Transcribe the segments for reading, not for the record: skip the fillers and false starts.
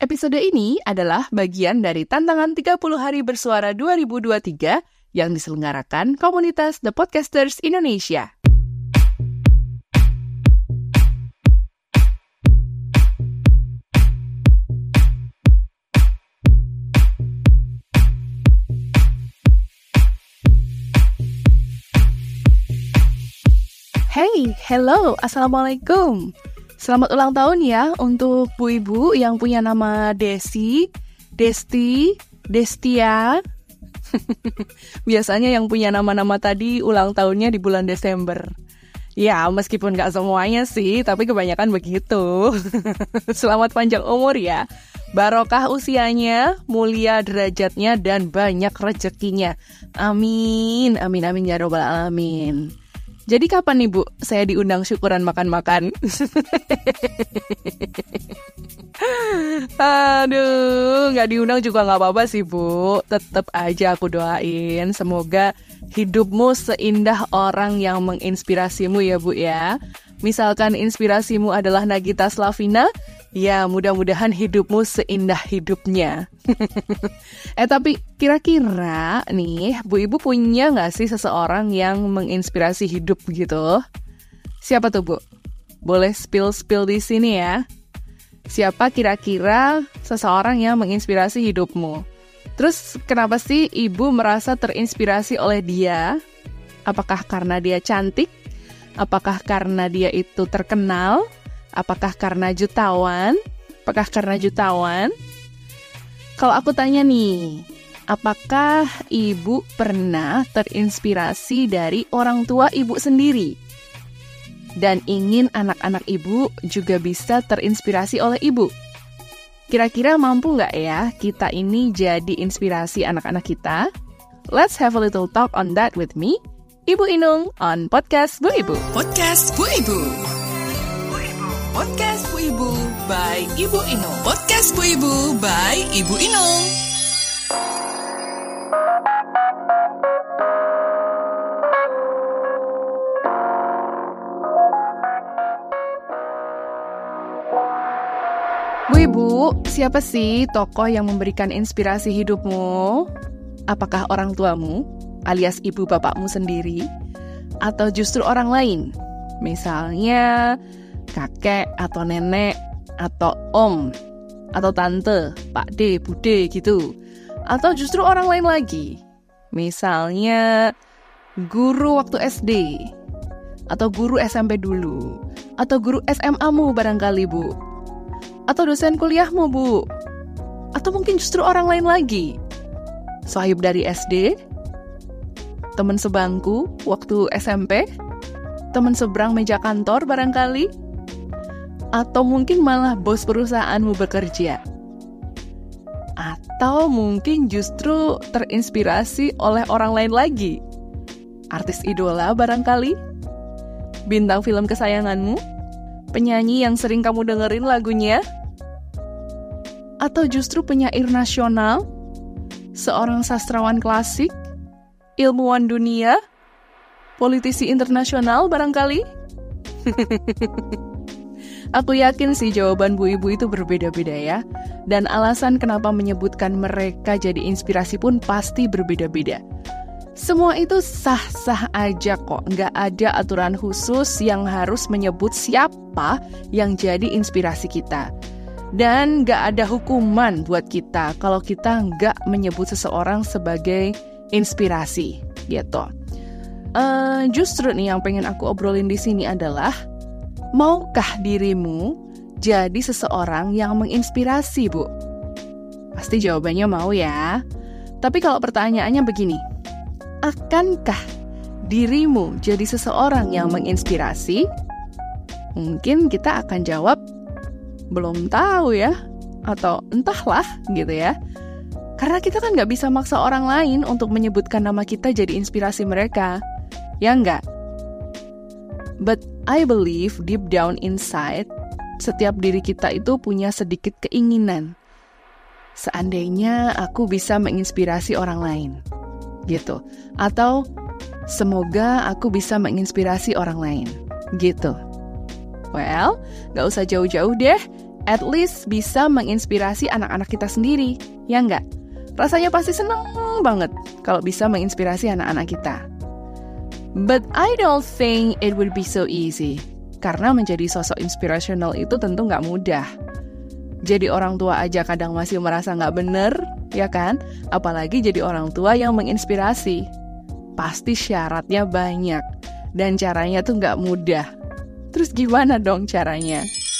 Episode ini adalah bagian dari tantangan 30 hari bersuara 2023 yang diselenggarakan komunitas The Podcasters Indonesia. Hey, hello, assalamualaikum. Selamat ulang tahun ya untuk Bu Ibu yang punya nama Desi, Desti, Destia. Biasanya yang punya nama-nama tadi ulang tahunnya di bulan Desember. Ya, meskipun gak semuanya sih, tapi kebanyakan begitu. Selamat panjang umur ya. Barokah usianya, mulia derajatnya, dan banyak rezekinya. Amin, amin, amin ya robbal alamin. Jadi kapan nih Bu, saya diundang syukuran makan-makan? Aduh, gak diundang juga gak apa-apa sih Bu. Tetap aja aku doain, semoga hidupmu seindah orang yang menginspirasimu ya Bu ya. Misalkan inspirasimu adalah Nagita Slavina, ya mudah-mudahan hidupmu seindah hidupnya. Tapi kira-kira nih, Bu Ibu punya gak sih seseorang yang menginspirasi hidup gitu? Siapa tuh Bu? Boleh spill di sini ya. Siapa kira-kira seseorang yang menginspirasi hidupmu? Terus kenapa sih Ibu merasa terinspirasi oleh dia? Apakah karena dia cantik? Apakah karena dia itu terkenal? Apakah karena jutawan? Apakah karena jutawan? Kalau aku tanya nih, apakah Ibu pernah terinspirasi dari orang tua Ibu sendiri? Dan ingin anak-anak Ibu juga bisa terinspirasi oleh Ibu? Kira-kira mampu nggak ya kita ini jadi inspirasi anak-anak kita? Let's have a little talk on that with me, Ibu Inung, on Podcast Bu Ibu. Podcast Bu Ibu. Podcast Bu Ibu by Ibu Inung. Podcast Bu Ibu by Ibu Inung. Bu Ibu, siapa sih tokoh yang memberikan inspirasi hidupmu? Apakah orang tuamu, alias ibu bapakmu sendiri? Atau justru orang lain? Misalnya kakek atau nenek, atau om, atau tante, pak de, bude gitu. Atau justru orang lain lagi. Misalnya guru waktu SD, atau guru SMP dulu, atau guru SMA-mu barangkali Bu. Atau dosen kuliahmu Bu. Atau mungkin justru orang lain lagi. Sahib dari SD, teman sebangku waktu SMP, teman seberang meja kantor barangkali, atau mungkin malah bos perusahaanmu bekerja. Atau mungkin justru terinspirasi oleh orang lain lagi. Artis idola barangkali, bintang film kesayanganmu, penyanyi yang sering kamu dengerin lagunya, atau justru penyair nasional, seorang sastrawan klasik, ilmuwan dunia, politisi internasional barangkali. Aku yakin sih jawaban Bu Ibu itu berbeda-beda ya. Dan alasan kenapa menyebutkan mereka jadi inspirasi pun pasti berbeda-beda. Semua itu sah-sah aja kok. Nggak ada aturan khusus yang harus menyebut siapa yang jadi inspirasi kita. Dan nggak ada hukuman buat kita kalau kita nggak menyebut seseorang sebagai inspirasi gitu. Justru nih yang pengen aku obrolin di sini adalah, maukah dirimu jadi seseorang yang menginspirasi, Bu? Pasti jawabannya mau ya. Tapi kalau pertanyaannya begini, akankah dirimu jadi seseorang yang menginspirasi? Mungkin kita akan jawab, belum tahu ya, atau entahlah gitu ya. Karena kita kan gak bisa maksa orang lain untuk menyebutkan nama kita jadi inspirasi mereka. Ya enggak? But I believe deep down inside, setiap diri kita itu punya sedikit keinginan. Seandainya aku bisa menginspirasi orang lain, gitu. Atau semoga aku bisa menginspirasi orang lain, gitu. Well, gak usah jauh-jauh deh. at least bisa menginspirasi anak-anak kita sendiri, ya nggak? Rasanya pasti seneng banget kalau bisa menginspirasi anak-anak kita. But I don't think it would be so easy. Karena menjadi sosok inspirational itu tentu nggak mudah. Jadi orang tua aja kadang masih merasa nggak bener, ya kan? Apalagi jadi orang tua yang menginspirasi. Pasti syaratnya banyak. Dan caranya tuh nggak mudah. Terus gimana dong caranya?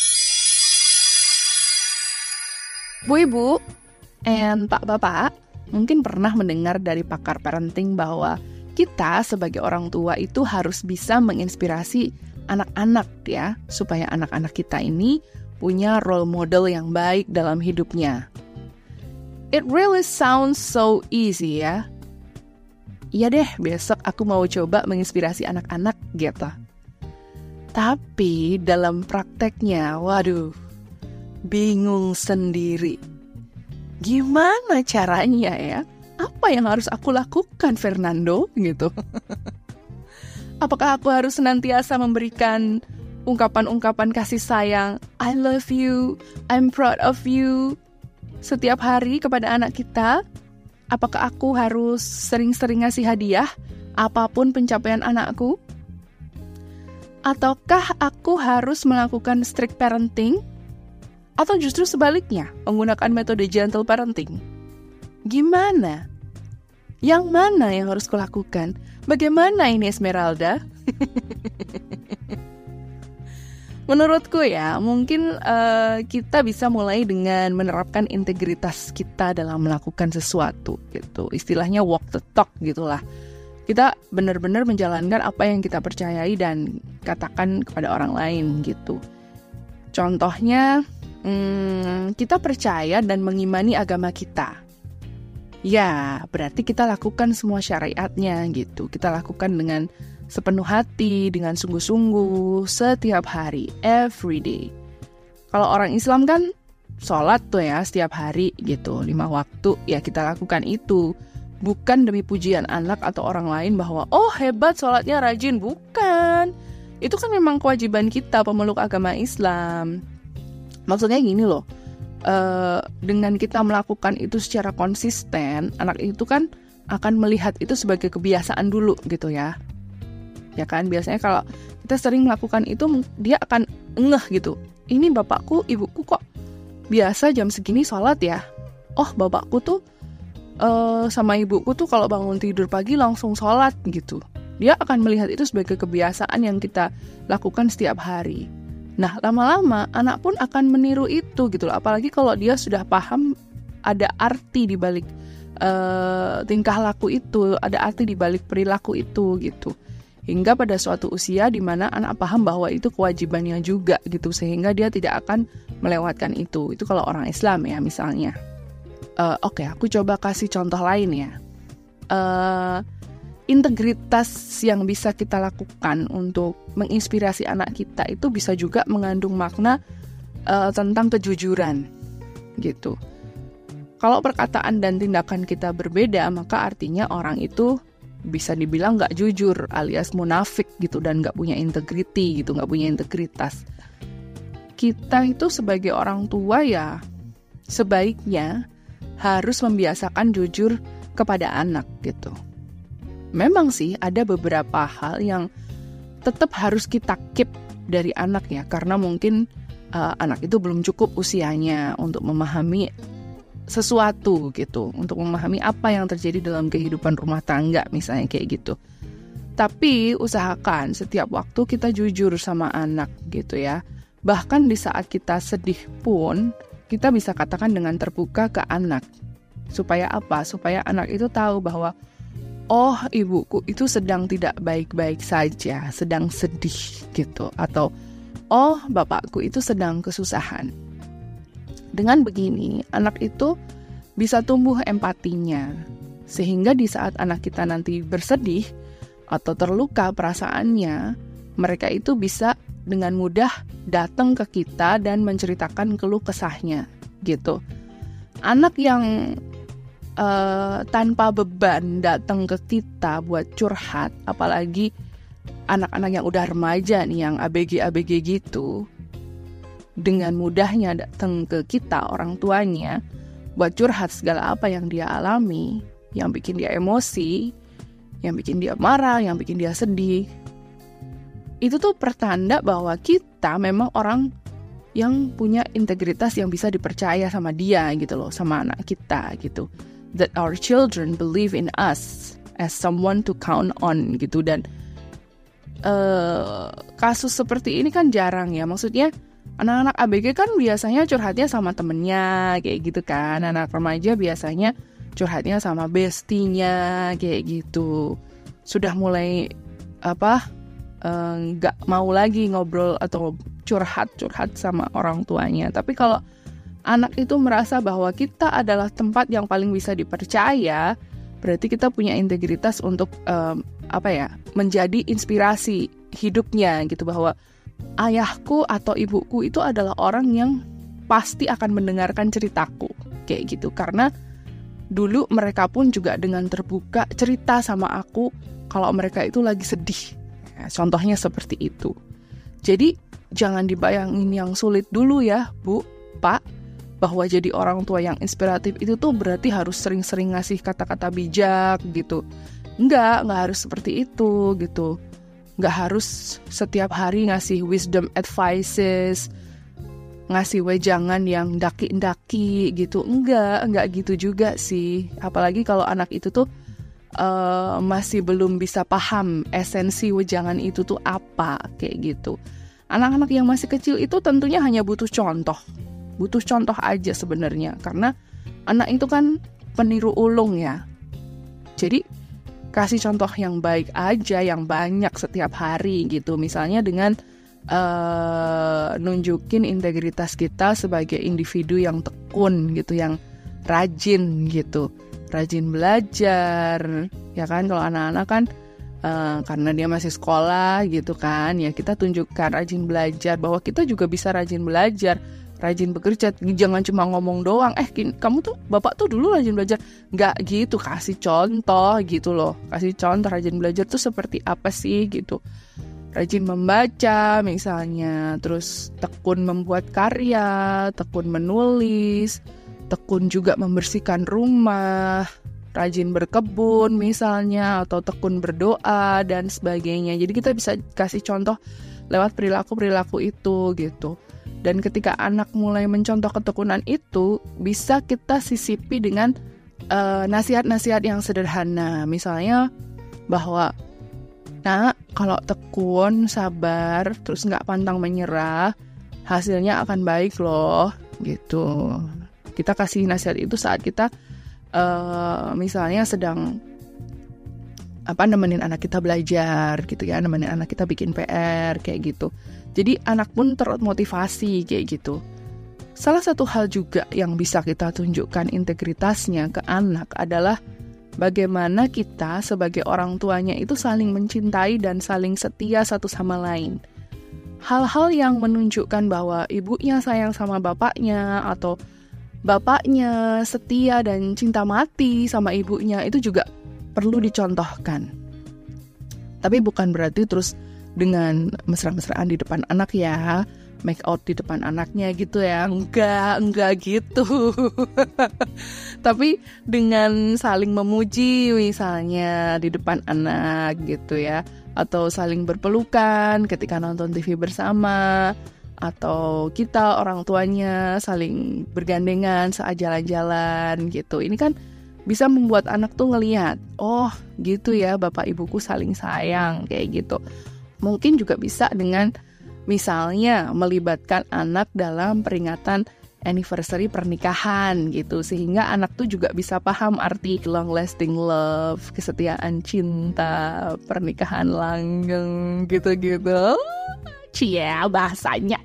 Bu-ibu and pak-bapak mungkin pernah mendengar dari pakar parenting bahwa kita sebagai orang tua itu harus bisa menginspirasi anak-anak ya, supaya anak-anak kita ini punya role model yang baik dalam hidupnya. It really sounds so easy ya. Iya deh, besok aku mau coba menginspirasi anak-anak gitu. Tapi dalam prakteknya, waduh, bingung sendiri. Gimana caranya ya? Apa yang harus aku lakukan, Fernando? Gitu. Apakah aku harus senantiasa memberikan ungkapan-ungkapan kasih sayang, I love you, I'm proud of you, setiap hari kepada anak kita? Apakah aku harus sering-sering ngasih hadiah, apapun pencapaian anakku? Ataukah aku harus melakukan strict parenting? Atau justru sebaliknya, menggunakan metode gentle parenting? Gimana? Yang mana yang harus kulakukan? Bagaimana ini Esmeralda? Menurutku ya, mungkin kita bisa mulai dengan menerapkan integritas kita dalam melakukan sesuatu gitu. Istilahnya walk the talk gitulah. Kita benar-benar menjalankan apa yang kita percayai dan katakan kepada orang lain gitu. Contohnya, kita percaya dan mengimani agama kita. Ya, berarti kita lakukan semua syariatnya gitu. Kita lakukan dengan sepenuh hati, dengan sungguh-sungguh, setiap hari, every day. Kalau orang Islam kan sholat tuh ya setiap hari gitu, 5 waktu, ya kita lakukan itu. Bukan demi pujian anak atau orang lain bahwa, oh hebat sholatnya rajin, bukan. Itu kan memang kewajiban kita pemeluk agama Islam. Maksudnya gini loh, dengan kita melakukan itu secara konsisten, anak itu kan akan melihat itu sebagai kebiasaan dulu gitu ya. Ya kan, biasanya kalau kita sering melakukan itu, dia akan ngeh gitu. Ini bapakku, ibuku kok biasa jam segini sholat ya. Oh bapakku tuh sama ibuku tuh kalau bangun tidur pagi langsung sholat gitu. Dia akan melihat itu sebagai kebiasaan yang kita lakukan setiap hari. Nah, lama-lama anak pun akan meniru itu gitu loh. Apalagi kalau dia sudah paham ada arti di balik tingkah laku itu, ada arti di balik perilaku itu gitu. Hingga pada suatu usia di mana anak paham bahwa itu kewajibannya juga gitu, sehingga dia tidak akan melewatkan itu. Itu kalau orang Islam ya misalnya. Oke, aku coba kasih contoh lain ya. Integritas yang bisa kita lakukan untuk menginspirasi anak kita itu bisa juga mengandung makna tentang kejujuran gitu. Kalau perkataan dan tindakan kita berbeda, maka artinya orang itu bisa dibilang nggak jujur alias munafik gitu, dan nggak punya integriti gitu, nggak punya integritas. Kita itu sebagai orang tua ya sebaiknya harus membiasakan jujur kepada anak gitu. Memang sih ada beberapa hal yang tetap harus kita keep dari anak ya, karena mungkin anak itu belum cukup usianya untuk memahami sesuatu gitu, untuk memahami apa yang terjadi dalam kehidupan rumah tangga misalnya kayak gitu. Tapi usahakan setiap waktu kita jujur sama anak gitu ya. Bahkan di saat kita sedih pun kita bisa katakan dengan terbuka ke anak. Supaya apa? Supaya anak itu tahu bahwa oh, ibuku itu sedang tidak baik-baik saja, sedang sedih gitu. Atau oh, bapakku itu sedang kesusahan. Dengan begini, anak itu bisa tumbuh empatinya. Sehingga di saat anak kita nanti bersedih atau terluka perasaannya, mereka itu bisa dengan mudah datang ke kita dan menceritakan keluh kesahnya gitu. Anak yang tanpa beban datang ke kita buat curhat, apalagi anak-anak yang udah remaja nih, yang ABG-ABG gitu, dengan mudahnya datang ke kita orang tuanya buat curhat segala apa yang dia alami, yang bikin dia emosi, yang bikin dia marah, yang bikin dia sedih, itu tuh pertanda bahwa kita memang orang yang punya integritas yang bisa dipercaya sama dia gitu loh, sama anak kita gitu. That our children believe in us as someone to count on gitu. Dan kasus seperti ini kan jarang ya, maksudnya anak-anak ABG kan biasanya curhatnya sama temennya kayak gitu kan. Anak remaja biasanya curhatnya sama bestinya kayak gitu. Sudah mulai nggak mau lagi ngobrol atau curhat sama orang tuanya. Tapi kalau anak itu merasa bahwa kita adalah tempat yang paling bisa dipercaya, berarti kita punya integritas untuk menjadi inspirasi hidupnya gitu, bahwa ayahku atau ibuku itu adalah orang yang pasti akan mendengarkan ceritaku kayak gitu, karena dulu mereka pun juga dengan terbuka cerita sama aku kalau mereka itu lagi sedih. Nah, contohnya seperti itu. Jadi jangan dibayangin yang sulit dulu ya Bu, Pak, bahwa jadi orang tua yang inspiratif itu tuh berarti harus sering-sering ngasih kata-kata bijak gitu. Enggak harus seperti itu gitu. Nggak harus setiap hari ngasih wisdom advices, ngasih wejangan yang daki-daki gitu. Enggak gitu juga sih. Apalagi kalau anak itu tuh masih belum bisa paham esensi wejangan itu tuh apa, kayak gitu. Anak-anak yang masih kecil itu tentunya hanya butuh contoh aja sebenarnya, karena anak itu kan peniru ulung ya. Jadi kasih contoh yang baik aja, yang banyak setiap hari gitu. Misalnya dengan nunjukin integritas kita sebagai individu yang tekun gitu, yang rajin gitu, rajin belajar, ya kan. Kalau anak-anak kan karena dia masih sekolah gitu kan, ya kita tunjukkan rajin belajar, bahwa kita juga bisa rajin belajar, rajin bekerja. Jangan cuma ngomong doang, kamu tuh bapak tuh dulu rajin belajar. Nggak gitu, kasih contoh gitu loh. Kasih contoh rajin belajar tuh seperti apa sih gitu. Rajin membaca misalnya, terus tekun membuat karya, tekun menulis, tekun juga membersihkan rumah, rajin berkebun misalnya, atau tekun berdoa dan sebagainya. Jadi kita bisa kasih contoh lewat perilaku-perilaku itu gitu. Dan ketika anak mulai mencontoh ketekunan itu, bisa kita sisipi dengan nasihat-nasihat yang sederhana. Misalnya bahwa, nah kalau tekun, sabar, terus nggak pantang menyerah, hasilnya akan baik loh gitu. Kita kasih nasihat itu saat kita misalnya sedang nemenin anak kita belajar gitu ya, nemenin anak kita bikin PR kayak gitu. Jadi anak pun termotivasi kayak gitu. Salah satu hal juga yang bisa kita tunjukkan integritasnya ke anak adalah bagaimana kita sebagai orang tuanya itu saling mencintai dan saling setia satu sama lain. Hal-hal yang menunjukkan bahwa ibunya sayang sama bapaknya, atau bapaknya setia dan cinta mati sama ibunya, itu juga perlu dicontohkan. Tapi bukan berarti terus dengan mesra-mesraan di depan anak ya, make out di depan anaknya gitu ya. Enggak gitu. Tapi dengan saling memuji misalnya di depan anak gitu ya, atau saling berpelukan ketika nonton TV bersama, atau kita orang tuanya saling bergandengan saat jalan-jalan gitu. Ini kan bisa membuat anak tuh ngelihat, oh gitu ya bapak ibuku saling sayang kayak gitu. Mungkin juga bisa dengan misalnya melibatkan anak dalam peringatan anniversary pernikahan gitu, sehingga anak tuh juga bisa paham arti long lasting love, kesetiaan cinta, pernikahan langgeng gitu-gitu. Cia bahasanya.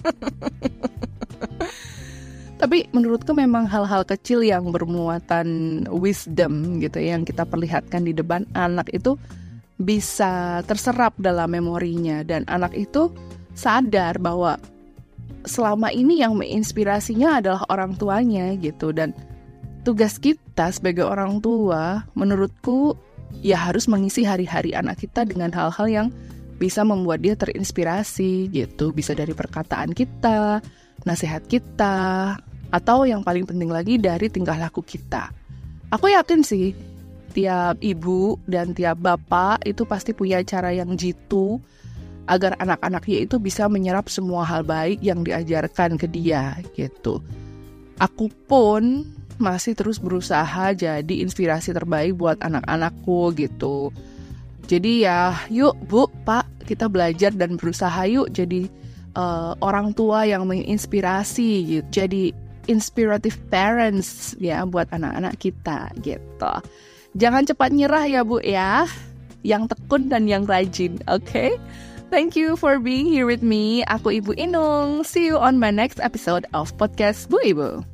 Tapi menurutku memang hal-hal kecil yang bermuatan wisdom gitu yang kita perlihatkan di depan anak itu bisa terserap dalam memorinya, dan anak itu sadar bahwa selama ini yang menginspirasinya adalah orang tuanya gitu. Dan tugas kita sebagai orang tua menurutku ya harus mengisi hari-hari anak kita dengan hal-hal yang bisa membuat dia terinspirasi gitu. Bisa dari perkataan kita, nasihat kita, atau yang paling penting lagi dari tingkah laku kita. Aku yakin sih, tiap ibu dan tiap bapak itu pasti punya cara yang jitu agar anak-anaknya itu bisa menyerap semua hal baik yang diajarkan ke dia gitu. Aku pun masih terus berusaha jadi inspirasi terbaik buat anak-anakku gitu. Jadi ya yuk Bu, Pak, kita belajar dan berusaha yuk jadi orang tua yang menginspirasi gitu. Jadi inspirative parents ya buat anak-anak kita gitu. Jangan cepat nyerah ya Bu ya, yang tekun dan yang rajin, okay? Thank you for being here with me. Aku Ibu Inung. See you on my next episode of Podcast Bu Ibu.